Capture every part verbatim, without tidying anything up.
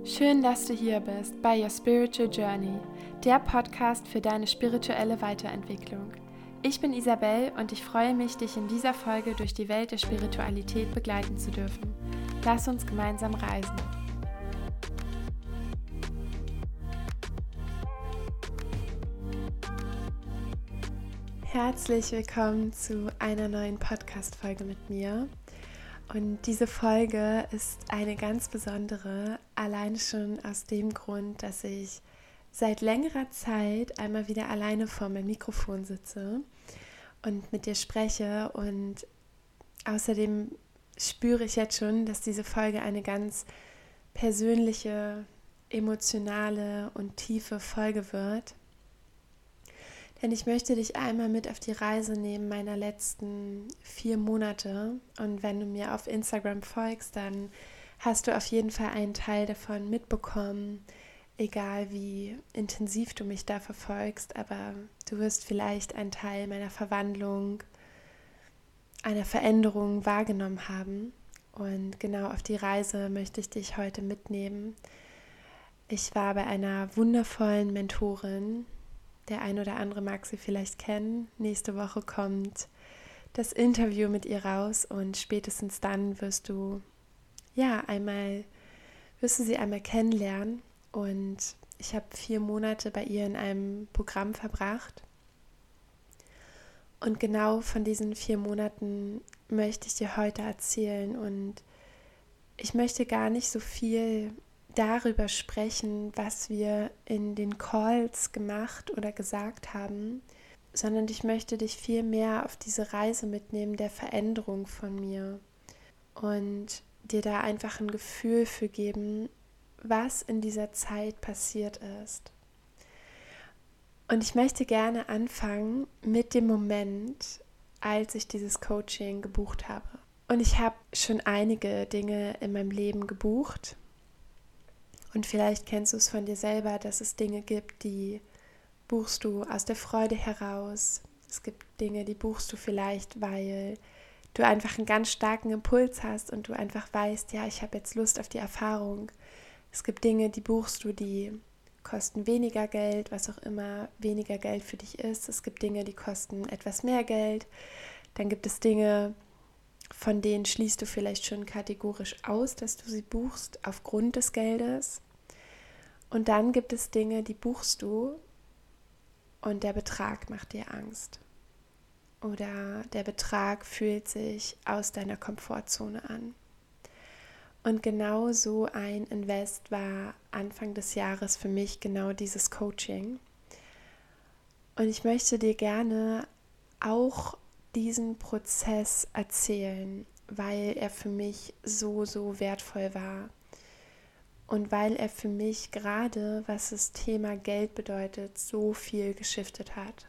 Schön, dass du hier bist bei Your Spiritual Journey, der Podcast für deine spirituelle Weiterentwicklung. Ich bin Isabel und ich freue mich, dich in dieser Folge durch die Welt der Spiritualität begleiten zu dürfen. Lass uns gemeinsam reisen. Herzlich willkommen zu einer neuen Podcast-Folge mit mir. Und diese Folge ist eine ganz besondere, alleine schon aus dem Grund, dass ich seit längerer Zeit einmal wieder alleine vor meinem Mikrofon sitze und mit dir spreche. Und außerdem spüre ich jetzt schon, dass diese Folge eine ganz persönliche, emotionale und tiefe Folge wird. Denn ich möchte dich einmal mit auf die Reise nehmen meiner letzten vier Monate. Und wenn du mir auf Instagram folgst, dann hast du auf jeden Fall einen Teil davon mitbekommen, egal wie intensiv du mich da verfolgst. Aber du wirst vielleicht einen Teil meiner Verwandlung, einer Veränderung wahrgenommen haben. Und genau auf die Reise möchte ich dich heute mitnehmen. Ich war bei einer wundervollen Mentorin. Der ein oder andere mag sie vielleicht kennen. Nächste Woche kommt das Interview mit ihr raus und spätestens dann wirst du ja einmal wirst du sie einmal kennenlernen. Und ich habe vier Monate bei ihr in einem Programm verbracht. Und genau von diesen vier Monaten möchte ich dir heute erzählen. Und ich möchte gar nicht so viel darüber sprechen, was wir in den Calls gemacht oder gesagt haben, sondern ich möchte dich viel mehr auf diese Reise mitnehmen der Veränderung von mir und dir da einfach ein Gefühl für geben, was in dieser Zeit passiert ist. Und ich möchte gerne anfangen mit dem Moment, als ich dieses Coaching gebucht habe. Und ich habe schon einige Dinge in meinem Leben gebucht. Und vielleicht kennst du es von dir selber, dass es Dinge gibt, die buchst du aus der Freude heraus. Es gibt Dinge, die buchst du vielleicht, weil du einfach einen ganz starken Impuls hast und du einfach weißt, ja, ich habe jetzt Lust auf die Erfahrung. Es gibt Dinge, die buchst du, die kosten weniger Geld, was auch immer weniger Geld für dich ist. Es gibt Dinge, die kosten etwas mehr Geld. Dann gibt es Dinge, von denen schließt du vielleicht schon kategorisch aus, dass du sie buchst aufgrund des Geldes. Und dann gibt es Dinge, die buchst du und der Betrag macht dir Angst. Oder der Betrag fühlt sich aus deiner Komfortzone an. Und genau so ein Invest war Anfang des Jahres für mich genau dieses Coaching. Und ich möchte dir gerne auch diesen Prozess erzählen, weil er für mich so, so wertvoll war und weil er für mich gerade, was das Thema Geld bedeutet, so viel geschiftet hat.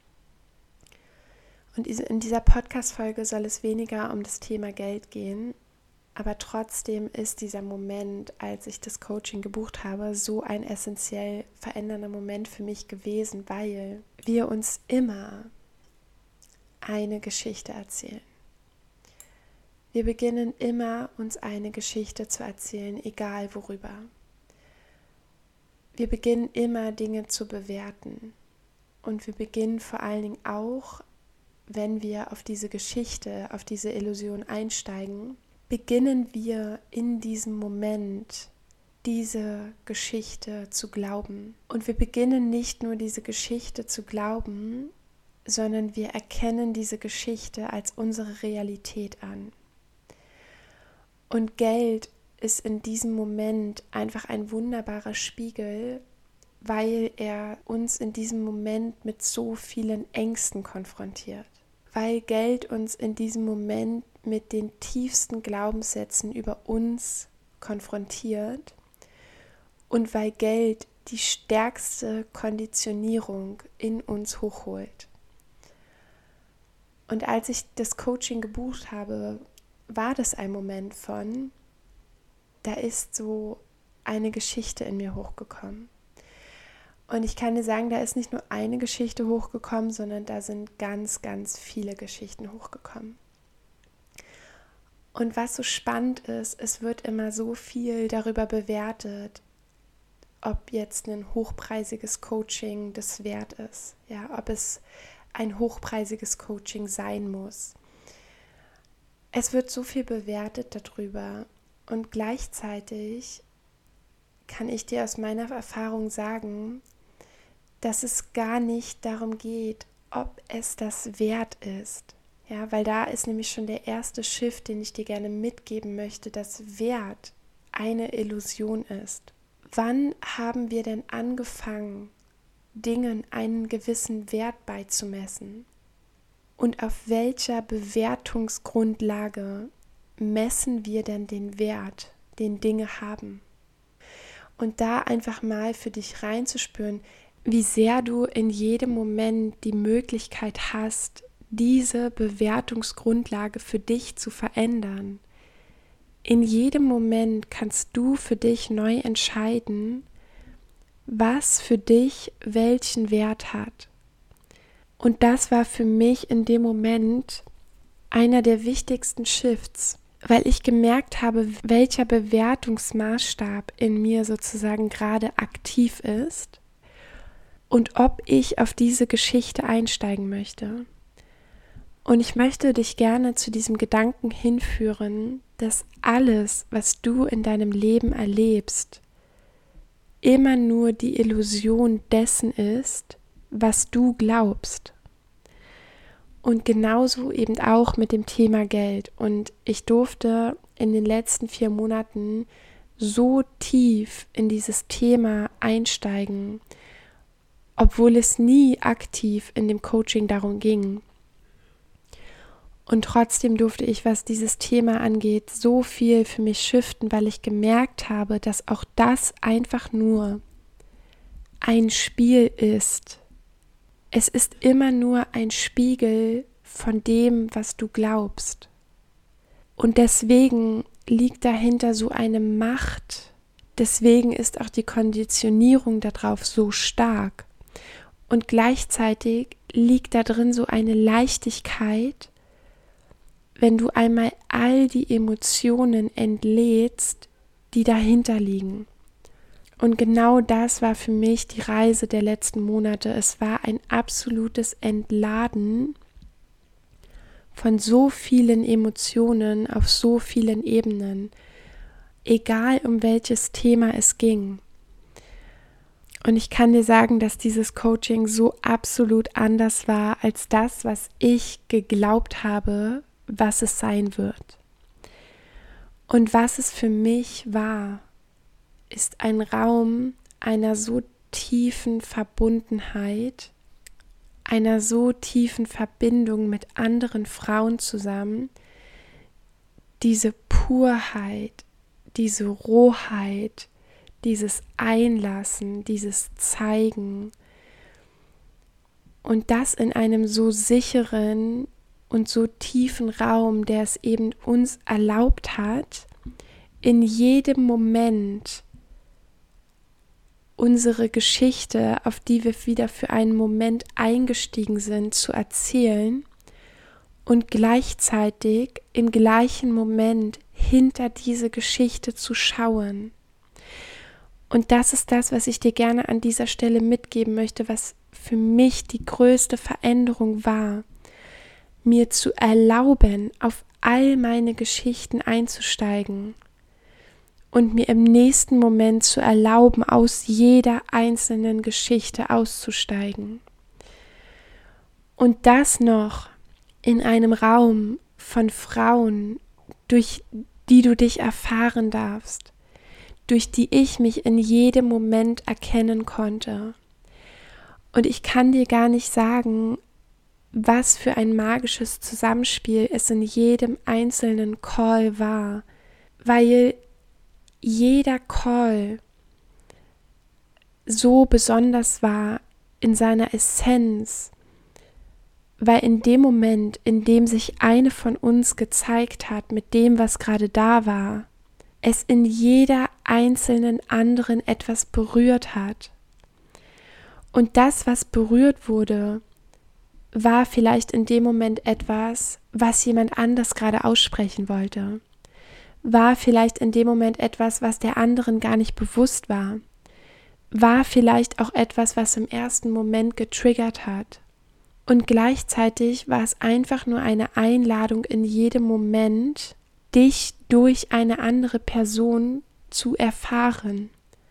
Und in dieser Podcast-Folge soll es weniger um das Thema Geld gehen, aber trotzdem ist dieser Moment, als ich das Coaching gebucht habe, so ein essentiell verändernder Moment für mich gewesen, weil wir uns immer eine Geschichte erzählen. Wir beginnen immer, uns eine Geschichte zu erzählen, egal worüber. Wir beginnen immer, Dinge zu bewerten. Und wir beginnen vor allen Dingen auch, wenn wir auf diese Geschichte, auf diese Illusion einsteigen, beginnen wir in diesem Moment diese Geschichte zu glauben. Und wir beginnen nicht nur diese Geschichte zu glauben, sondern wir erkennen diese Geschichte als unsere Realität an. Und Geld ist in diesem Moment einfach ein wunderbarer Spiegel, weil er uns in diesem Moment mit so vielen Ängsten konfrontiert. Weil Geld uns in diesem Moment mit den tiefsten Glaubenssätzen über uns konfrontiert und weil Geld die stärkste Konditionierung in uns hochholt. Und als ich das Coaching gebucht habe, war das ein Moment von, da ist so eine Geschichte in mir hochgekommen. Und ich kann dir sagen, da ist nicht nur eine Geschichte hochgekommen, sondern da sind ganz, ganz viele Geschichten hochgekommen. Und was so spannend ist, es wird immer so viel darüber bewertet, ob jetzt ein hochpreisiges Coaching das wert ist, ja, ob es ein hochpreisiges Coaching sein muss. Es wird so viel bewertet darüber und gleichzeitig kann ich dir aus meiner Erfahrung sagen, dass es gar nicht darum geht, ob es das wert ist. Ja, weil da ist nämlich schon der erste Shift, den ich dir gerne mitgeben möchte, dass Wert eine Illusion ist. Wann haben wir denn angefangen, Dingen einen gewissen Wert beizumessen? Und auf welcher Bewertungsgrundlage messen wir denn den Wert, den Dinge haben? Und da einfach mal für dich reinzuspüren, wie sehr du in jedem Moment die Möglichkeit hast, diese Bewertungsgrundlage für dich zu verändern. In jedem Moment kannst du für dich neu entscheiden, was für dich welchen Wert hat. Und das war für mich in dem Moment einer der wichtigsten Shifts, weil ich gemerkt habe, welcher Bewertungsmaßstab in mir sozusagen gerade aktiv ist und ob ich auf diese Geschichte einsteigen möchte. Und ich möchte dich gerne zu diesem Gedanken hinführen, dass alles, was du in deinem Leben erlebst, immer nur die Illusion dessen ist, was du glaubst. Und genauso eben auch mit dem Thema Geld. Und ich durfte in den letzten vier Monaten so tief in dieses Thema einsteigen, obwohl es nie aktiv in dem Coaching darum ging. Und trotzdem durfte ich, was dieses Thema angeht, so viel für mich shiften, weil ich gemerkt habe, dass auch das einfach nur ein Spiel ist. Es ist immer nur ein Spiegel von dem, was du glaubst. Und deswegen liegt dahinter so eine Macht. Deswegen ist auch die Konditionierung darauf so stark. Und gleichzeitig liegt da drin so eine Leichtigkeit, wenn du einmal all die Emotionen entlädst, die dahinter liegen. Und genau das war für mich die Reise der letzten Monate. Es war ein absolutes Entladen von so vielen Emotionen auf so vielen Ebenen, egal um welches Thema es ging. Und ich kann dir sagen, dass dieses Coaching so absolut anders war als das, was ich geglaubt habe, was es sein wird. Und was es für mich war, ist ein Raum einer so tiefen Verbundenheit, einer so tiefen Verbindung mit anderen Frauen zusammen, diese Purheit, diese Rohheit, dieses Einlassen, dieses Zeigen und das in einem so sicheren und so tiefen Raum, der es eben uns erlaubt hat, in jedem Moment unsere Geschichte, auf die wir wieder für einen Moment eingestiegen sind, zu erzählen und gleichzeitig im gleichen Moment hinter diese Geschichte zu schauen. Und das ist das, was ich dir gerne an dieser Stelle mitgeben möchte, was für mich die größte Veränderung war, mir zu erlauben, auf all meine Geschichten einzusteigen und mir im nächsten Moment zu erlauben, aus jeder einzelnen Geschichte auszusteigen. Und das noch in einem Raum von Frauen, durch die du dich erfahren darfst, durch die ich mich in jedem Moment erkennen konnte. Und ich kann dir gar nicht sagen, was für ein magisches Zusammenspiel es in jedem einzelnen Call war, weil jeder Call so besonders war in seiner Essenz, weil in dem Moment, in dem sich eine von uns gezeigt hat mit dem, was gerade da war, es in jeder einzelnen anderen etwas berührt hat. Und das, was berührt wurde, war vielleicht in dem Moment etwas, was jemand anders gerade aussprechen wollte. War vielleicht in dem Moment etwas, was der anderen gar nicht bewusst war. war vielleicht auch etwas, was im ersten Moment getriggert hat. Und gleichzeitig war es einfach nur eine Einladung in jedem Moment, dich durch eine andere Person zu erfahren.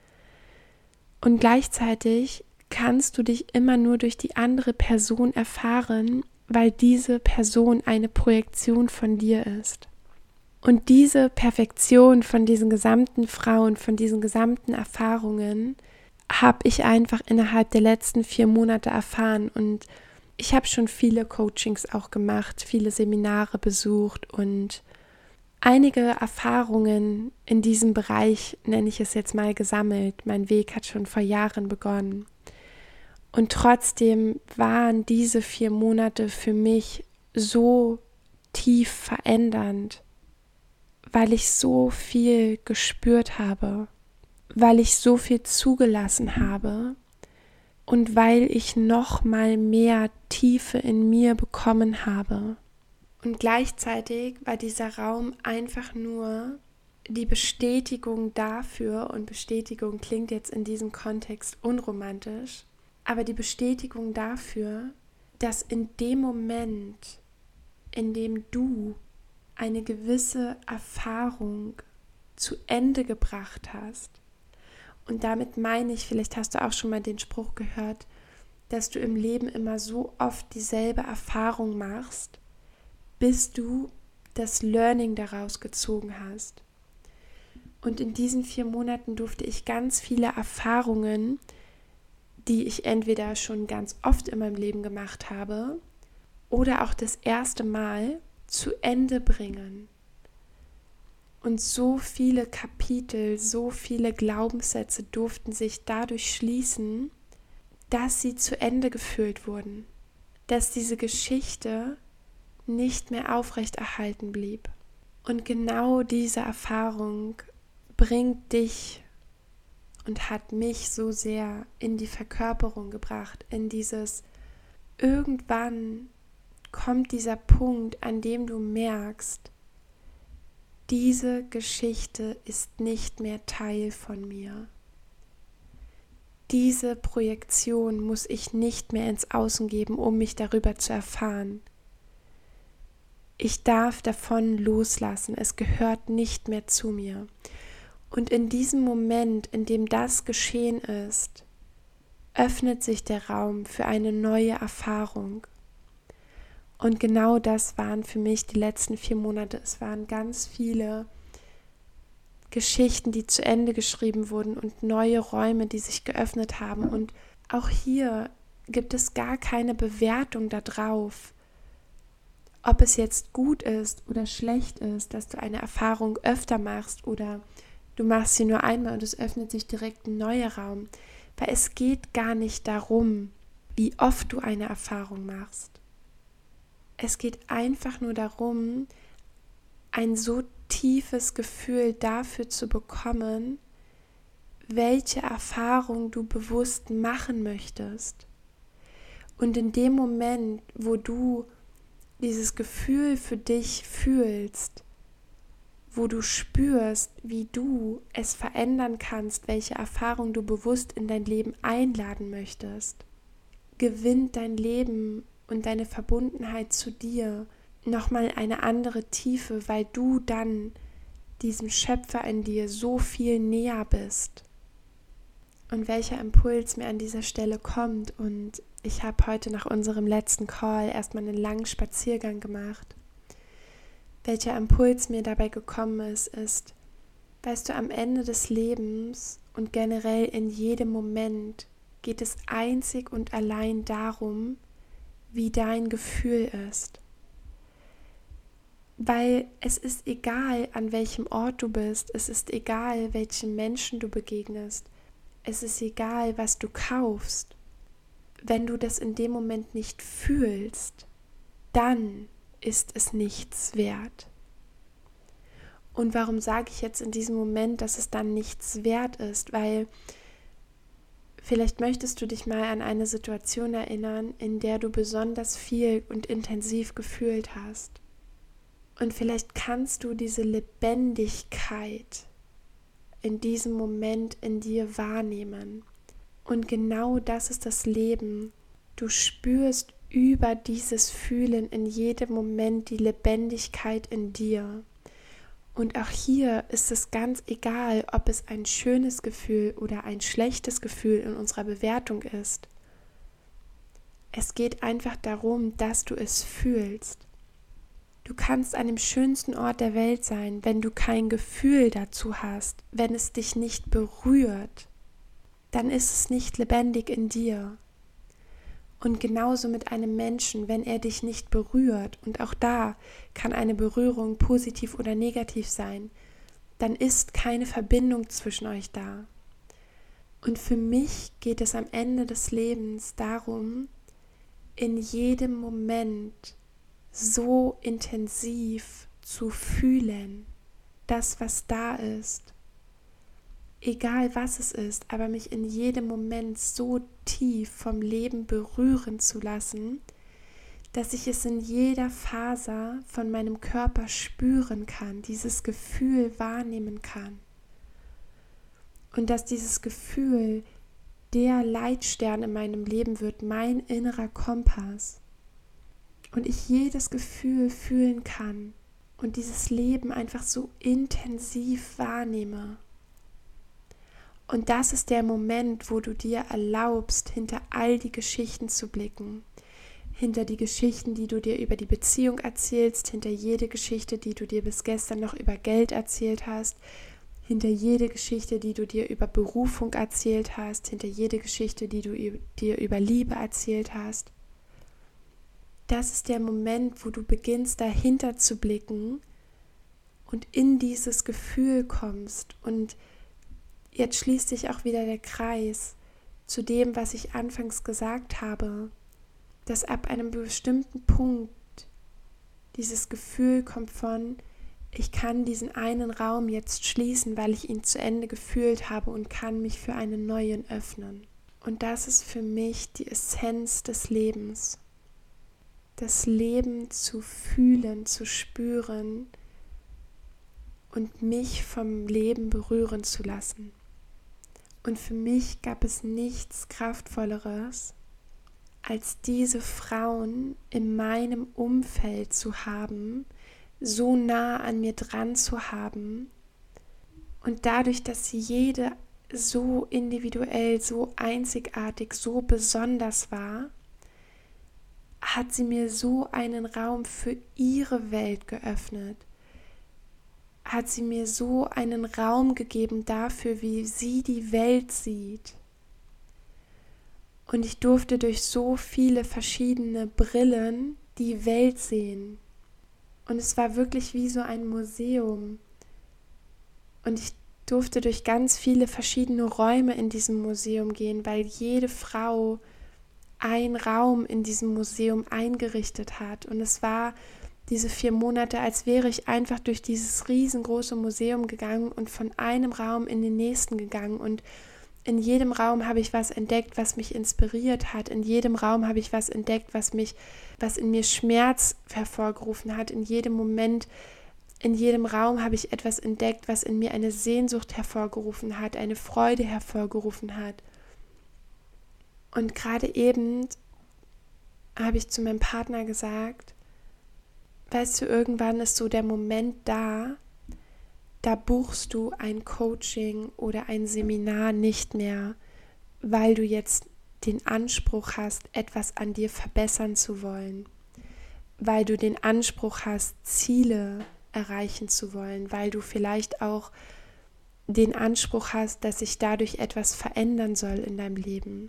Und gleichzeitig kannst du dich immer nur durch die andere Person erfahren, weil diese Person eine Projektion von dir ist. Und diese Perfektion von diesen gesamten Frauen, von diesen gesamten Erfahrungen, habe ich einfach innerhalb der letzten vier Monate erfahren. Und ich habe schon viele Coachings auch gemacht, viele Seminare besucht und einige Erfahrungen in diesem Bereich, nenne ich es jetzt mal, gesammelt. Mein Weg hat schon vor Jahren begonnen. Und trotzdem waren diese vier Monate für mich so tief verändernd, weil ich so viel gespürt habe, weil ich so viel zugelassen habe und weil ich noch mal mehr Tiefe in mir bekommen habe. Und gleichzeitig war dieser Raum einfach nur die Bestätigung dafür, und Bestätigung klingt jetzt in diesem Kontext unromantisch, aber die Bestätigung dafür, dass in dem Moment, in dem du eine gewisse Erfahrung zu Ende gebracht hast, und damit meine ich, vielleicht hast du auch schon mal den Spruch gehört, dass du im Leben immer so oft dieselbe Erfahrung machst, bis du das Learning daraus gezogen hast. Und in diesen vier Monaten durfte ich ganz viele Erfahrungen, die ich entweder schon ganz oft in meinem Leben gemacht habe oder auch das erste Mal zu Ende bringen. Und so viele Kapitel, so viele Glaubenssätze durften sich dadurch schließen, dass sie zu Ende geführt wurden, dass diese Geschichte nicht mehr aufrechterhalten blieb. Und genau diese Erfahrung bringt dich und hat mich so sehr in die Verkörperung gebracht, in dieses irgendwann kommt dieser Punkt, an dem du merkst, diese Geschichte ist nicht mehr Teil von mir. Diese Projektion muss ich nicht mehr ins Außen geben, um mich darüber zu erfahren. Ich darf davon loslassen, es gehört nicht mehr zu mir. Und in diesem Moment, in dem das geschehen ist, öffnet sich der Raum für eine neue Erfahrung. Und genau das waren für mich die letzten vier Monate. Es waren ganz viele Geschichten, die zu Ende geschrieben wurden und neue Räume, die sich geöffnet haben. Und auch hier gibt es gar keine Bewertung darauf, ob es jetzt gut ist oder schlecht ist, dass du eine Erfahrung öfter machst oder du machst sie nur einmal und es öffnet sich direkt ein neuer Raum. Weil es geht gar nicht darum, wie oft du eine Erfahrung machst. Es geht einfach nur darum, ein so tiefes Gefühl dafür zu bekommen, welche Erfahrung du bewusst machen möchtest. Und in dem Moment, wo du dieses Gefühl für dich fühlst, wo du spürst, wie du es verändern kannst, welche Erfahrung du bewusst in dein Leben einladen möchtest, gewinnt dein Leben und deine Verbundenheit zu dir nochmal eine andere Tiefe, weil du dann diesem Schöpfer in dir so viel näher bist. Und welcher Impuls mir an dieser Stelle kommt, und ich habe heute nach unserem letzten Call erstmal einen langen Spaziergang gemacht. Welcher Impuls mir dabei gekommen ist, ist, weißt du, am Ende des Lebens und generell in jedem Moment geht es einzig und allein darum, wie dein Gefühl ist. Weil es ist egal, an welchem Ort du bist, es ist egal, welchen Menschen du begegnest, es ist egal, was du kaufst. Wenn du das in dem Moment nicht fühlst, dann ist es nichts wert. Und warum sage ich jetzt in diesem Moment, dass es dann nichts wert ist? Weil vielleicht möchtest du dich mal an eine Situation erinnern, in der du besonders viel und intensiv gefühlt hast. Und vielleicht kannst du diese Lebendigkeit in diesem Moment in dir wahrnehmen. Und genau das ist das Leben. Du spürst über dieses Fühlen in jedem Moment die Lebendigkeit in dir. Und auch hier ist es ganz egal, ob es ein schönes Gefühl oder ein schlechtes Gefühl in unserer Bewertung ist. Es geht einfach darum, dass du es fühlst. Du kannst an dem schönsten Ort der Welt sein, wenn du kein Gefühl dazu hast, wenn es dich nicht berührt, dann ist es nicht lebendig in dir. Und genauso mit einem Menschen, wenn er dich nicht berührt, und auch da kann eine Berührung positiv oder negativ sein, dann ist keine Verbindung zwischen euch da. Und für mich geht es am Ende des Lebens darum, in jedem Moment so intensiv zu fühlen, das, was da ist. Egal was es ist, aber mich in jedem Moment so tief vom Leben berühren zu lassen, dass ich es in jeder Faser von meinem Körper spüren kann, dieses Gefühl wahrnehmen kann. Und dass dieses Gefühl der Leitstern in meinem Leben wird, mein innerer Kompass. Und ich jedes Gefühl fühlen kann und dieses Leben einfach so intensiv wahrnehme. Und das ist der Moment, wo du dir erlaubst, hinter all die Geschichten zu blicken. Hinter die Geschichten, die du dir über die Beziehung erzählst, hinter jede Geschichte, die du dir bis gestern noch über Geld erzählt hast, hinter jede Geschichte, die du dir über Berufung erzählt hast, hinter jede Geschichte, die du dir über Liebe erzählt hast. Das ist der Moment, wo du beginnst, dahinter zu blicken und in dieses Gefühl kommst. Und jetzt schließt sich auch wieder der Kreis zu dem, was ich anfangs gesagt habe, dass ab einem bestimmten Punkt dieses Gefühl kommt von, ich kann diesen einen Raum jetzt schließen, weil ich ihn zu Ende gefühlt habe und kann mich für einen neuen öffnen. Und das ist für mich die Essenz des Lebens. Das Leben zu fühlen, zu spüren und mich vom Leben berühren zu lassen. Und für mich gab es nichts Kraftvolleres, als diese Frauen in meinem Umfeld zu haben, so nah an mir dran zu haben. Und dadurch, dass sie jede so individuell, so einzigartig, so besonders war, hat sie mir so einen Raum für ihre Welt geöffnet. Hat sie mir so einen Raum gegeben dafür, wie sie die Welt sieht. Und ich durfte durch so viele verschiedene Brillen die Welt sehen. Und es war wirklich wie so ein Museum. Und ich durfte durch ganz viele verschiedene Räume in diesem Museum gehen, weil jede Frau einen Raum in diesem Museum eingerichtet hat. Und es war diese vier Monate, als wäre ich einfach durch dieses riesengroße Museum gegangen und von einem Raum in den nächsten gegangen. Und in jedem Raum habe ich was entdeckt, was mich inspiriert hat. In jedem Raum habe ich was entdeckt, was mich, was in mir Schmerz hervorgerufen hat. In jedem Moment, in jedem Raum habe ich etwas entdeckt, was in mir eine Sehnsucht hervorgerufen hat, eine Freude hervorgerufen hat. Und gerade eben habe ich zu meinem Partner gesagt, weißt du, irgendwann ist so der Moment da, da buchst du ein Coaching oder ein Seminar nicht mehr, weil du jetzt den Anspruch hast, etwas an dir verbessern zu wollen, weil du den Anspruch hast, Ziele erreichen zu wollen, weil du vielleicht auch den Anspruch hast, dass sich dadurch etwas verändern soll in deinem Leben.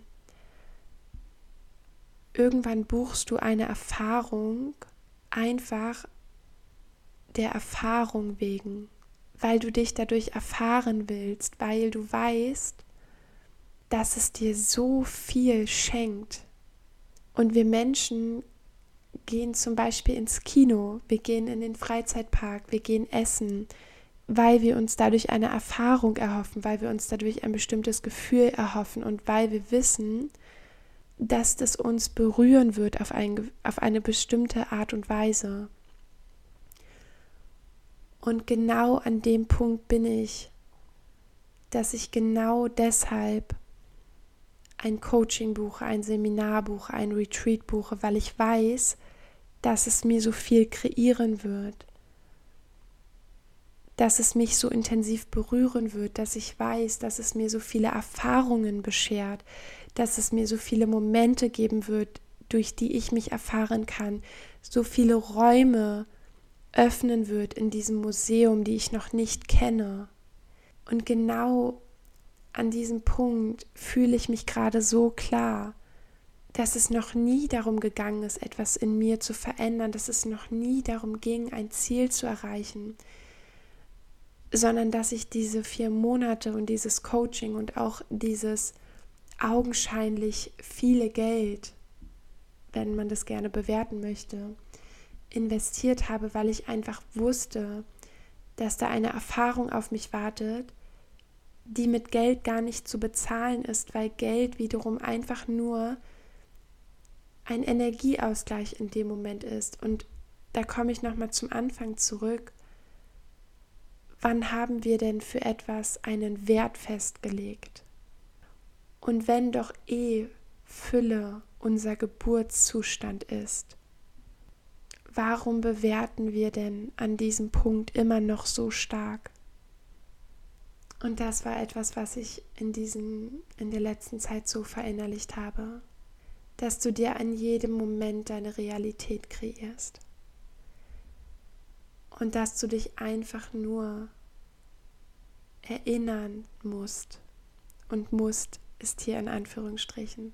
Irgendwann buchst du eine Erfahrung einfach der Erfahrung wegen, weil du dich dadurch erfahren willst, weil du weißt, dass es dir so viel schenkt. Und wir Menschen gehen zum Beispiel ins Kino, wir gehen in den Freizeitpark, wir gehen essen, weil wir uns dadurch eine Erfahrung erhoffen, weil wir uns dadurch ein bestimmtes Gefühl erhoffen und weil wir wissen, dass das uns berühren wird auf, ein, auf eine bestimmte Art und Weise. Und genau an dem Punkt bin ich, dass ich genau deshalb ein Coaching buche, ein Seminar buche, ein Retreat buche, weil ich weiß, dass es mir so viel kreieren wird, dass es mich so intensiv berühren wird, dass ich weiß, dass es mir so viele Erfahrungen beschert, dass es mir so viele Momente geben wird, durch die ich mich erfahren kann, so viele Räume öffnen wird in diesem Museum, die ich noch nicht kenne. Und genau an diesem Punkt fühle ich mich gerade so klar, dass es noch nie darum gegangen ist, etwas in mir zu verändern, dass es noch nie darum ging, ein Ziel zu erreichen, sondern dass ich diese vier Monate und dieses Coaching und auch dieses augenscheinlich viele Geld, wenn man das gerne bewerten möchte, investiert habe, weil ich einfach wusste, dass da eine Erfahrung auf mich wartet, die mit Geld gar nicht zu bezahlen ist, weil Geld wiederum einfach nur ein Energieausgleich in dem Moment ist. Und da komme ich nochmal zum Anfang zurück. Wann haben wir denn für etwas einen Wert festgelegt? Und wenn doch eh Fülle unser Geburtszustand ist, warum bewerten wir denn an diesem Punkt immer noch so stark? Und das war etwas, was ich in, diesen, in der letzten Zeit so verinnerlicht habe, dass du dir an jedem Moment deine Realität kreierst. Und dass du dich einfach nur erinnern musst. Und musst ist hier in Anführungsstrichen.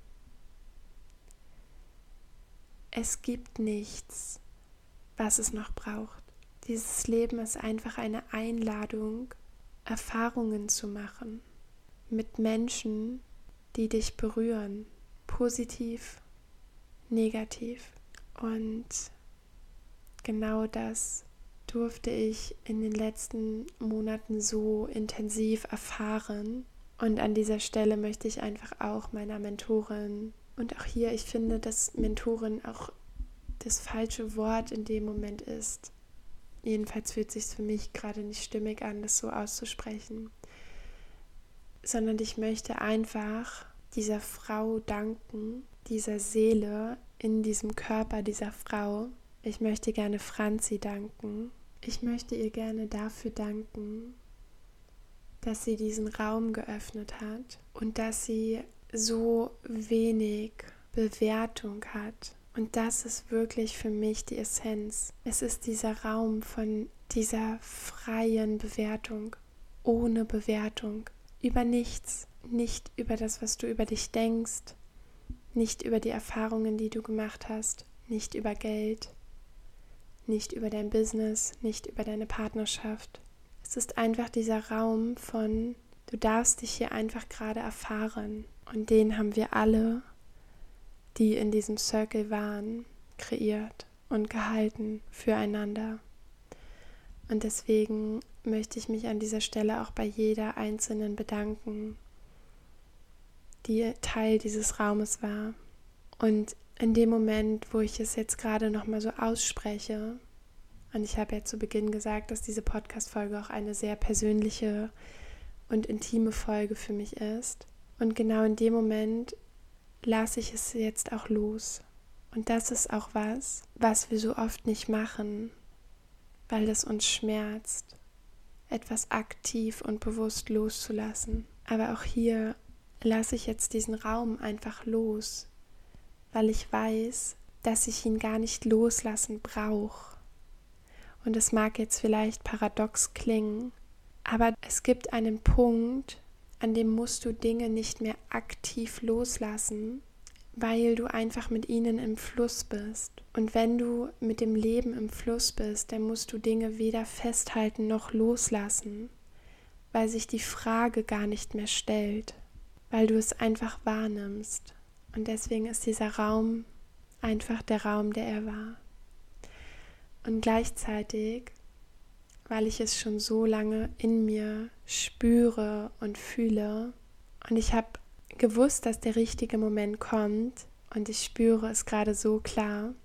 Es gibt nichts, was es noch braucht. Dieses Leben ist einfach eine Einladung, Erfahrungen zu machen mit Menschen, die dich berühren, positiv, negativ. Und genau das durfte ich in den letzten Monaten so intensiv erfahren. Und an dieser Stelle möchte ich einfach auch meiner Mentorin, und auch hier, ich finde, dass Mentorin auch das falsche Wort in dem Moment ist. Jedenfalls fühlt es sich für mich gerade nicht stimmig an, das so auszusprechen. Sondern ich möchte einfach dieser Frau danken, dieser Seele in diesem Körper dieser Frau. Ich möchte gerne Franzi danken. Ich möchte ihr gerne dafür danken, dass sie diesen Raum geöffnet hat und dass sie so wenig Bewertung hat. Und das ist wirklich für mich die Essenz. Es ist dieser Raum von dieser freien Bewertung, ohne Bewertung, über nichts, nicht über das, was du über dich denkst, nicht über die Erfahrungen, die du gemacht hast, nicht über Geld, nicht über dein Business, nicht über deine Partnerschaft. Es ist einfach dieser Raum von, du darfst dich hier einfach gerade erfahren. Und den haben wir alle, die in diesem Circle waren, kreiert und gehalten füreinander. Und deswegen möchte ich mich an dieser Stelle auch bei jeder Einzelnen bedanken, die Teil dieses Raumes war. Und in dem Moment, wo ich es jetzt gerade nochmal so ausspreche, und ich habe ja zu Beginn gesagt, dass diese Podcast-Folge auch eine sehr persönliche und intime Folge für mich ist. Und genau in dem Moment lasse ich es jetzt auch los. Und das ist auch was, was wir so oft nicht machen, weil es uns schmerzt, etwas aktiv und bewusst loszulassen. Aber auch hier lasse ich jetzt diesen Raum einfach los, weil ich weiß, dass ich ihn gar nicht loslassen brauche. Und es mag jetzt vielleicht paradox klingen, aber es gibt einen Punkt, an dem musst du Dinge nicht mehr aktiv loslassen, weil du einfach mit ihnen im Fluss bist. Und wenn du mit dem Leben im Fluss bist, dann musst du Dinge weder festhalten noch loslassen, weil sich die Frage gar nicht mehr stellt, weil du es einfach wahrnimmst. Und deswegen ist dieser Raum einfach der Raum, der er war. Und gleichzeitig, weil ich es schon so lange in mir spüre und fühle, und ich habe gewusst, dass der richtige Moment kommt, und ich spüre es gerade so klar.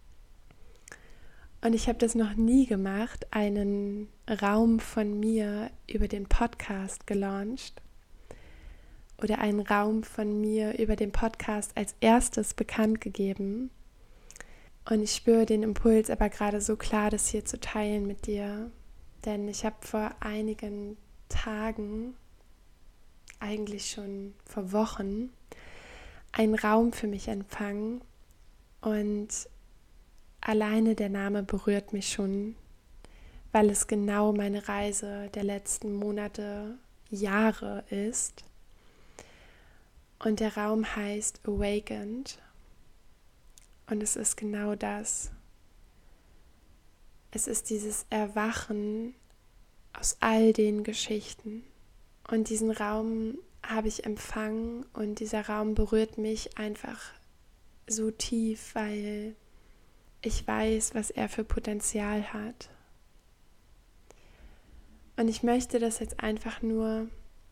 Und ich habe das noch nie gemacht, einen Raum von mir über den Podcast gelauncht. oder einen Raum von mir über den Podcast als erstes bekannt gegeben. Und ich spüre den Impuls aber gerade so klar, das hier zu teilen mit dir. Denn ich habe vor einigen Tagen, eigentlich schon vor Wochen, einen Raum für mich empfangen. Und alleine der Name berührt mich schon, weil es genau meine Reise der letzten Monate, Jahre ist. Und der Raum heißt Awakened. Und es ist genau das. Es ist dieses Erwachen aus all den Geschichten. Und diesen Raum habe ich empfangen und dieser Raum berührt mich einfach so tief, weil ich weiß, was er für Potenzial hat. Und ich möchte das jetzt einfach nur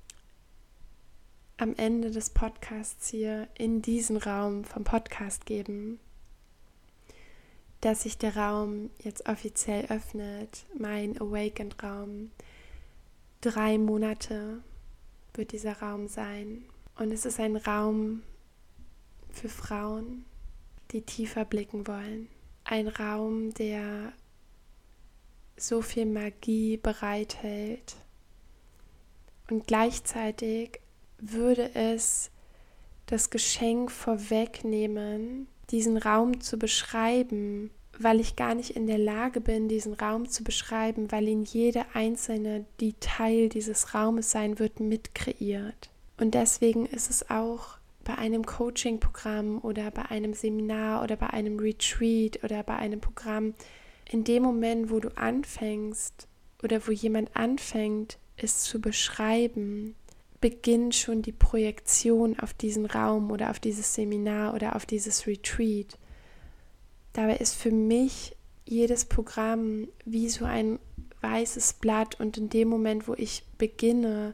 am Ende des Podcasts hier in diesen Raum vom Podcast geben, dass sich der Raum jetzt offiziell öffnet, mein Awakened-Raum. Drei Monate wird dieser Raum sein. Und es ist ein Raum für Frauen, die tiefer blicken wollen. Ein Raum, der so viel Magie bereithält. Und gleichzeitig würde es das Geschenk vorwegnehmen, diesen Raum zu beschreiben, weil ich gar nicht in der Lage bin, diesen Raum zu beschreiben, weil ihn jede einzelne, die Teil dieses Raumes sein wird, mitkreiert. Und deswegen ist es auch bei einem Coaching-Programm oder bei einem Seminar oder bei einem Retreat oder bei einem Programm, in dem Moment, wo du anfängst oder wo jemand anfängt, es zu beschreiben, beginnt schon die Projektion auf diesen Raum oder auf dieses Seminar oder auf dieses Retreat. Dabei ist für mich jedes Programm wie so ein weißes Blatt und in dem Moment, wo ich beginne,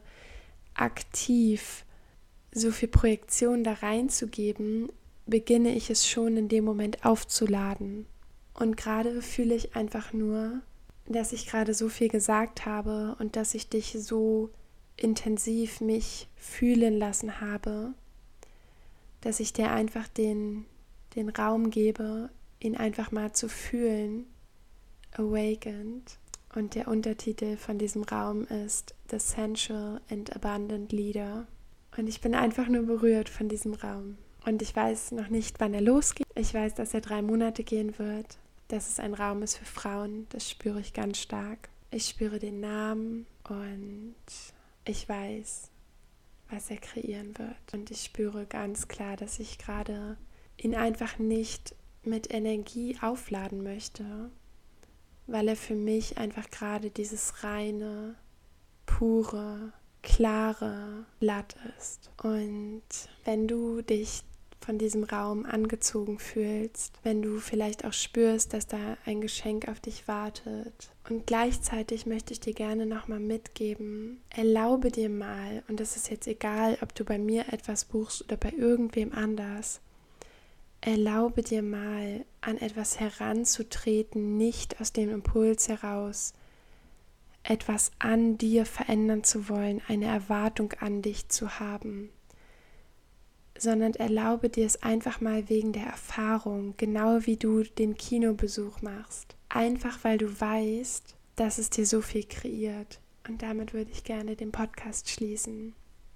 aktiv so viel Projektion da reinzugeben, beginne ich es schon in dem Moment aufzuladen. Und gerade fühle ich einfach nur, dass ich gerade so viel gesagt habe und dass ich dich so intensiv mich fühlen lassen habe, dass ich dir einfach den, den Raum gebe, ihn einfach mal zu fühlen, Awakened. Und der Untertitel von diesem Raum ist The Sensual and Abundant Leader. Und ich bin einfach nur berührt von diesem Raum. Und ich weiß noch nicht, wann er losgeht. Ich weiß, dass er drei Monate gehen wird, dass es ein Raum ist für Frauen. Das spüre ich ganz stark. Ich spüre den Namen und ich weiß, was er kreieren wird. Und ich spüre ganz klar, dass ich gerade ihn einfach nicht mit Energie aufladen möchte, weil er für mich einfach gerade dieses reine, pure, klare Blatt ist. Und wenn du dich von diesem Raum angezogen fühlst, wenn du vielleicht auch spürst, dass da ein Geschenk auf dich wartet. Und gleichzeitig möchte ich dir gerne nochmal mitgeben, erlaube dir mal, und das ist jetzt egal, ob du bei mir etwas buchst oder bei irgendwem anders, erlaube dir mal, an etwas heranzutreten, nicht aus dem Impuls heraus, etwas an dir verändern zu wollen, eine Erwartung an dich zu haben, sondern erlaube dir es einfach mal wegen der Erfahrung, genau wie du den Kinobesuch machst. Einfach weil du weißt, dass es dir so viel kreiert. Und damit würde ich gerne den Podcast schließen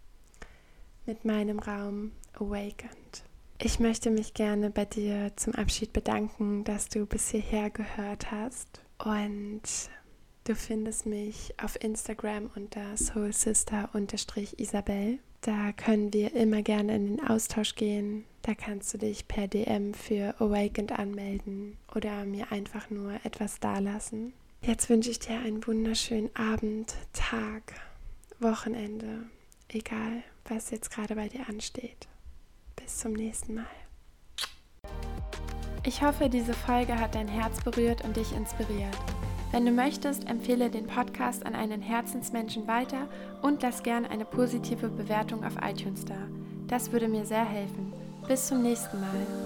mit meinem Raum Awakened. Ich möchte mich gerne bei dir zum Abschied bedanken, dass du bis hierher gehört hast. Und du findest mich auf Instagram unter soulsister Isabel. Da können wir immer gerne in den Austausch gehen. Da kannst du dich per D M für Awakened anmelden oder mir einfach nur etwas dalassen. Jetzt wünsche ich dir einen wunderschönen Abend, Tag, Wochenende, egal was jetzt gerade bei dir ansteht. Bis zum nächsten Mal. Ich hoffe, diese Folge hat dein Herz berührt und dich inspiriert. Wenn du möchtest, empfehle den Podcast an einen Herzensmenschen weiter und lass gern eine positive Bewertung auf iTunes da. Das würde mir sehr helfen. Bis zum nächsten Mal.